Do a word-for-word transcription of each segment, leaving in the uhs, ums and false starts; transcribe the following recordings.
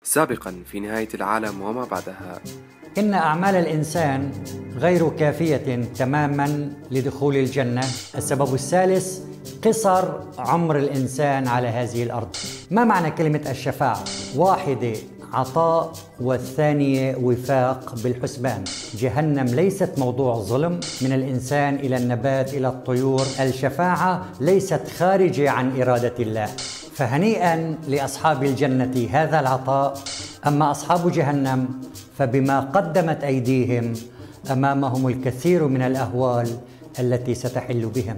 سابقا في نهاية العالم وما بعدها. إن أعمال الإنسان غير كافية تماما لدخول الجنة. السبب الثالث قصر عمر الإنسان على هذه الأرض. ما معنى كلمة الشفاعة؟ واحدة عطاء والثانية وفاق بالحسبان. جهنم ليست موضوع ظلم من الإنسان إلى النبات إلى الطيور. الشفاعة ليست خارجة عن إرادة الله. فهنيئا لأصحاب الجنة هذا العطاء، أما أصحاب جهنم فبما قدمت أيديهم أمامهم الكثير من الأهوال التي ستحل بهم.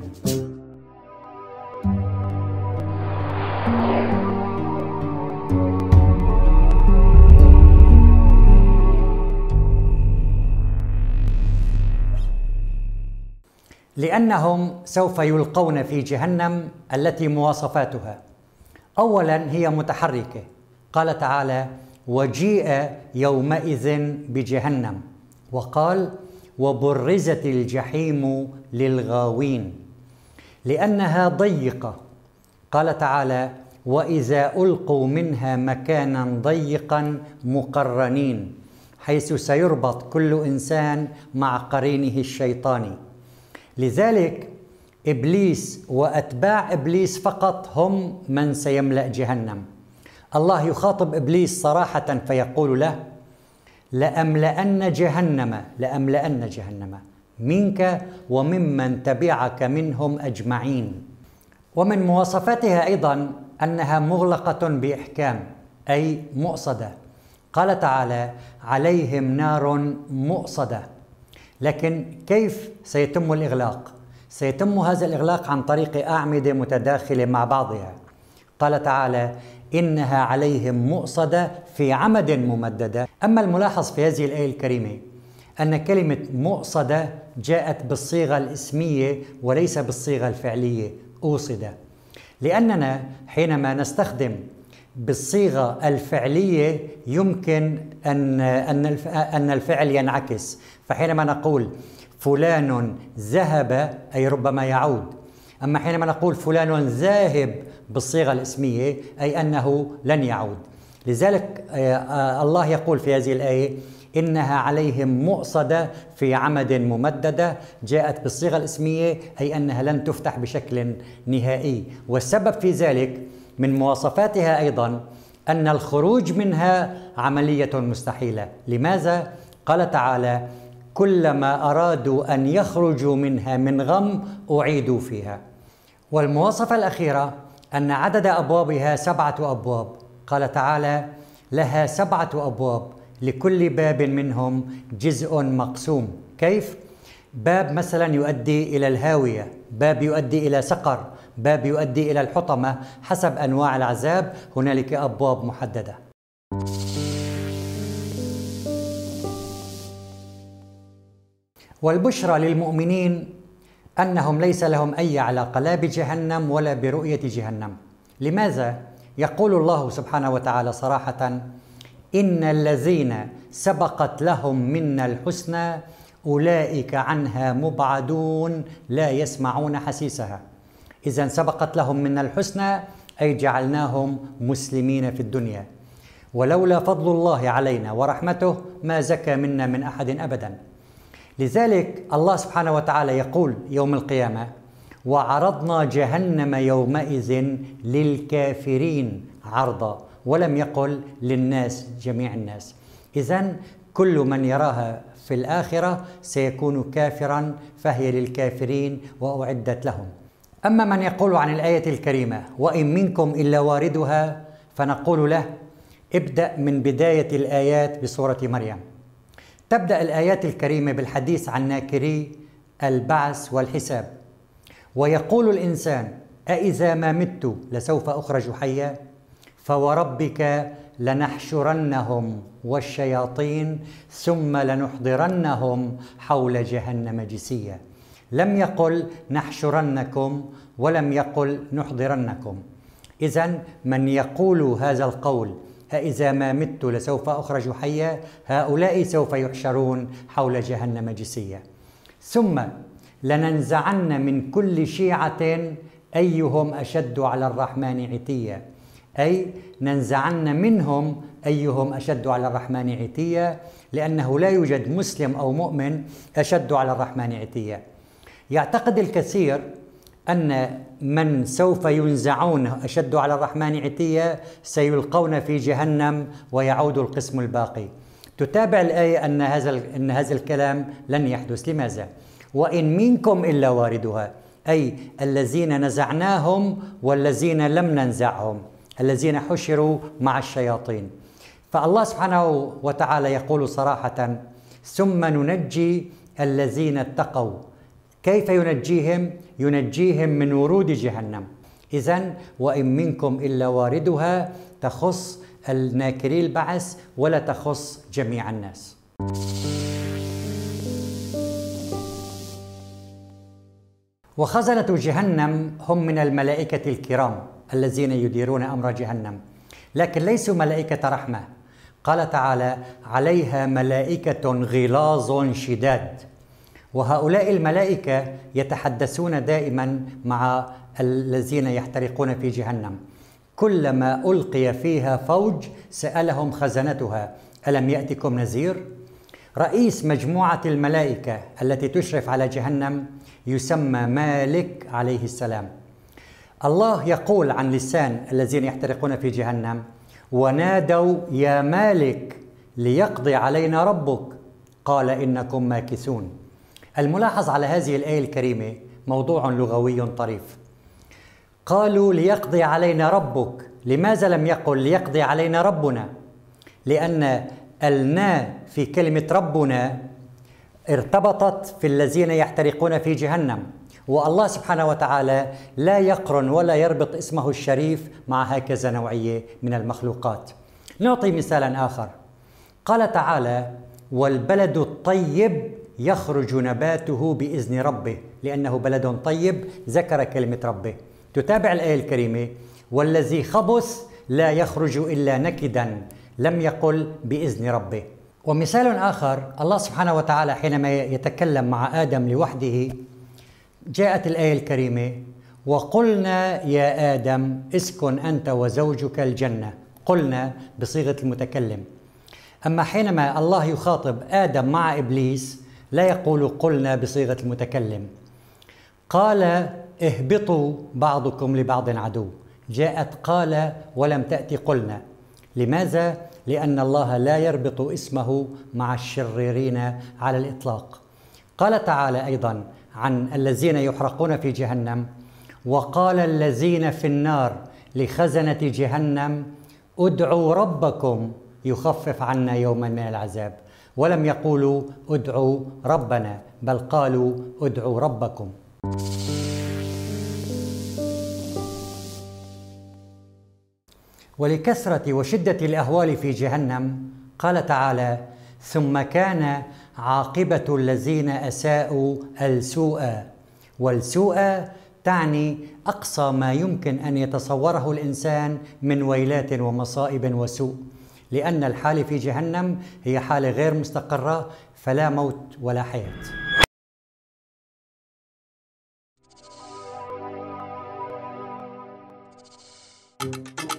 لأنهم سوف يلقون في جهنم التي مواصفاتها: أولا هي متحركة، قال تعالى: وجيء يومئذ بجهنم، وقال: وبرزت الجحيم للغاوين. لأنها ضيقة، قال تعالى: وإذا ألقوا منها مكانا ضيقا مقرنين، حيث سيربط كل إنسان مع قرينه الشيطاني. لذلك إبليس وأتباع إبليس فقط هم من سيملأ جهنم. الله يخاطب إبليس صراحة فيقول له: لأملأن جهنم لأملأن جهنم منك وممن تبعك منهم أجمعين. ومن مواصفاتها أيضا أنها مغلقة بإحكام، أي مؤصدة. قال تعالى: عليهم نار مؤصدة. لكن كيف سيتم الإغلاق؟ سيتم هذا الإغلاق عن طريق أعمدة متداخلة مع بعضها. قال تعالى: إنها عليهم مؤصدة في عمد ممددة. أما الملاحظ في هذه الآية الكريمة أن كلمة مؤصدة جاءت بالصيغة الاسمية وليس بالصيغة الفعلية أوصدة، لأننا حينما نستخدم بالصيغة الفعلية يمكن أن أن الفعل ينعكس. فحينما نقول فلان ذهب أي ربما يعود، أما حينما نقول فلان ذاهب بالصيغة الاسمية أي أنه لن يعود. لذلك الله يقول في هذه الآية: إنها عليهم مؤصدة في عمد ممددة. جاءت بالصيغة الاسمية أي أنها لن تفتح بشكل نهائي. والسبب في ذلك من مواصفاتها أيضا أن الخروج منها عملية مستحيلة. لماذا؟ قال تعالى: كلما أرادوا أن يخرجوا منها من غم أعيدوا فيها. والمواصفة الأخيرة أن عدد أبوابها سبعة أبواب. قال تعالى: لها سبعة أبواب لكل باب منهم جزء مقسوم. كيف؟ باب مثلا يؤدي إلى الهاوية، باب يؤدي إلى سقر، باب يؤدي إلى الحطمة. حسب أنواع العذاب هنالك أبواب محددة. والبشرى للمؤمنين أنهم ليس لهم أي علاقة لا بجهنم ولا برؤية جهنم. لماذا؟ يقول الله سبحانه وتعالى صراحة: إن الذين سبقت لهم منا الحسنى أولئك عنها مبعدون لا يسمعون حسيسها. إذن سبقت لهم منا الحسنى أي جعلناهم مسلمين في الدنيا. ولولا فضل الله علينا ورحمته ما زكى منا من أحد أبدا. لذلك الله سبحانه وتعالى يقول يوم القيامة: وعرضنا جهنم يومئذ للكافرين عرضا، ولم يقل للناس جميع الناس. إذن كل من يراها في الآخرة سيكون كافرا، فهي للكافرين وأعدت لهم. أما من يقول عن الآية الكريمة: وإن منكم إلا واردها، فنقول له: ابدأ من بداية الآيات بسورة مريم. تبدأ الآيات الكريمة بالحديث عن ناكري البعث والحساب. ويقول الإنسان: أإذا ما مت لسوف أخرج حيا؟ فوربك لنحشرنهم والشياطين ثم لنحضرنهم حول جهنم جثيا. لم يقل نحشرنكم ولم يقل نحضرنكم. إذن من يقول هذا القول: أإذا ما مت لسوف أخرج حيا، هؤلاء سوف يحشرون حول جهنم جثيا. ثم لننزعن من كل شيعة أيهم أشد على الرحمن عتيا. أي ننزعن منهم أيهم أشد على الرحمن عتيا، لأنه لا يوجد مسلم أو مؤمن أشد على الرحمن عتيا. يعتقد الكثير أن من سوف ينزعون أشد على الرحمن عتيا سيلقون في جهنم ويعود القسم الباقي. تتابع الآية أن هذا أن هذا الكلام لن يحدث. لماذا؟ وإن منكم إلا واردها، أي الذين نزعناهم والذين لم ننزعهم، الذين حشروا مع الشياطين. فالله سبحانه وتعالى يقول صراحة: ثم ننجي الذين اتقوا. كيف ينجيهم؟ ينجيهم من ورود جهنم. إذن وإن منكم إلا واردها تخص الناكري البعث ولا تخص جميع الناس. وخزنة جهنم هم من الملائكة الكرام الذين يديرون أمر جهنم، لكن ليسوا ملائكة رحمة. قال تعالى: عليها ملائكة غلاظ شداد. وهؤلاء الملائكة يتحدثون دائما مع الذين يحترقون في جهنم. كلما ألقي فيها فوج سألهم خزنتها: ألم يأتكم نذير؟ رئيس مجموعة الملائكة التي تشرف على جهنم يسمى مالك عليه السلام. الله يقول عن لسان الذين يحترقون في جهنم: ونادوا يا مالك ليقضي علينا ربك قال إنكم ماكثون. الملاحظ على هذه الآية الكريمة موضوع لغوي طريف. قالوا ليقضي علينا ربك، لماذا لم يقل ليقضي علينا ربنا؟ لأن النا في كلمة ربنا ارتبطت في الذين يحترقون في جهنم، والله سبحانه وتعالى لا يقرن ولا يربط اسمه الشريف مع هكذا نوعية من المخلوقات. نعطي مثالا آخر. قال تعالى: والبلد الطيب يخرج نباته بإذن ربه، لأنه بلد طيب ذكر كلمة ربه. تتابع الآية الكريمة: والذي خبث لا يخرج إلا نكدا، لم يقل بإذن ربه. ومثال آخر، الله سبحانه وتعالى حينما يتكلم مع آدم لوحده جاءت الآية الكريمة: وقلنا يا آدم اسكن أنت وزوجك الجنة. قلنا بصيغة المتكلم. أما حينما الله يخاطب آدم مع إبليس لا يقول قلنا بصيغة المتكلم. قال اهبطوا بعضكم لبعض عدو. جاءت قال ولم تأتي قلنا. لماذا؟ لأن الله لا يربط اسمه مع الشريرين على الإطلاق. قال تعالى أيضا عن الذين يحرقون في جهنم: وقال الذين في النار لخزنة جهنم ادعوا ربكم يخفف عنا يوما من العذاب. ولم يقولوا ادعوا ربنا، بل قالوا ادعوا ربكم. ولكثرة وشدة الأهوال في جهنم قال تعالى: ثم كان عاقبة الذين أساءوا السوء. والسوء تعني أقصى ما يمكن أن يتصوره الإنسان من ويلات ومصائب وسوء، لأن الحال في جهنم هي حالة غير مستقرة، فلا موت ولا حياة.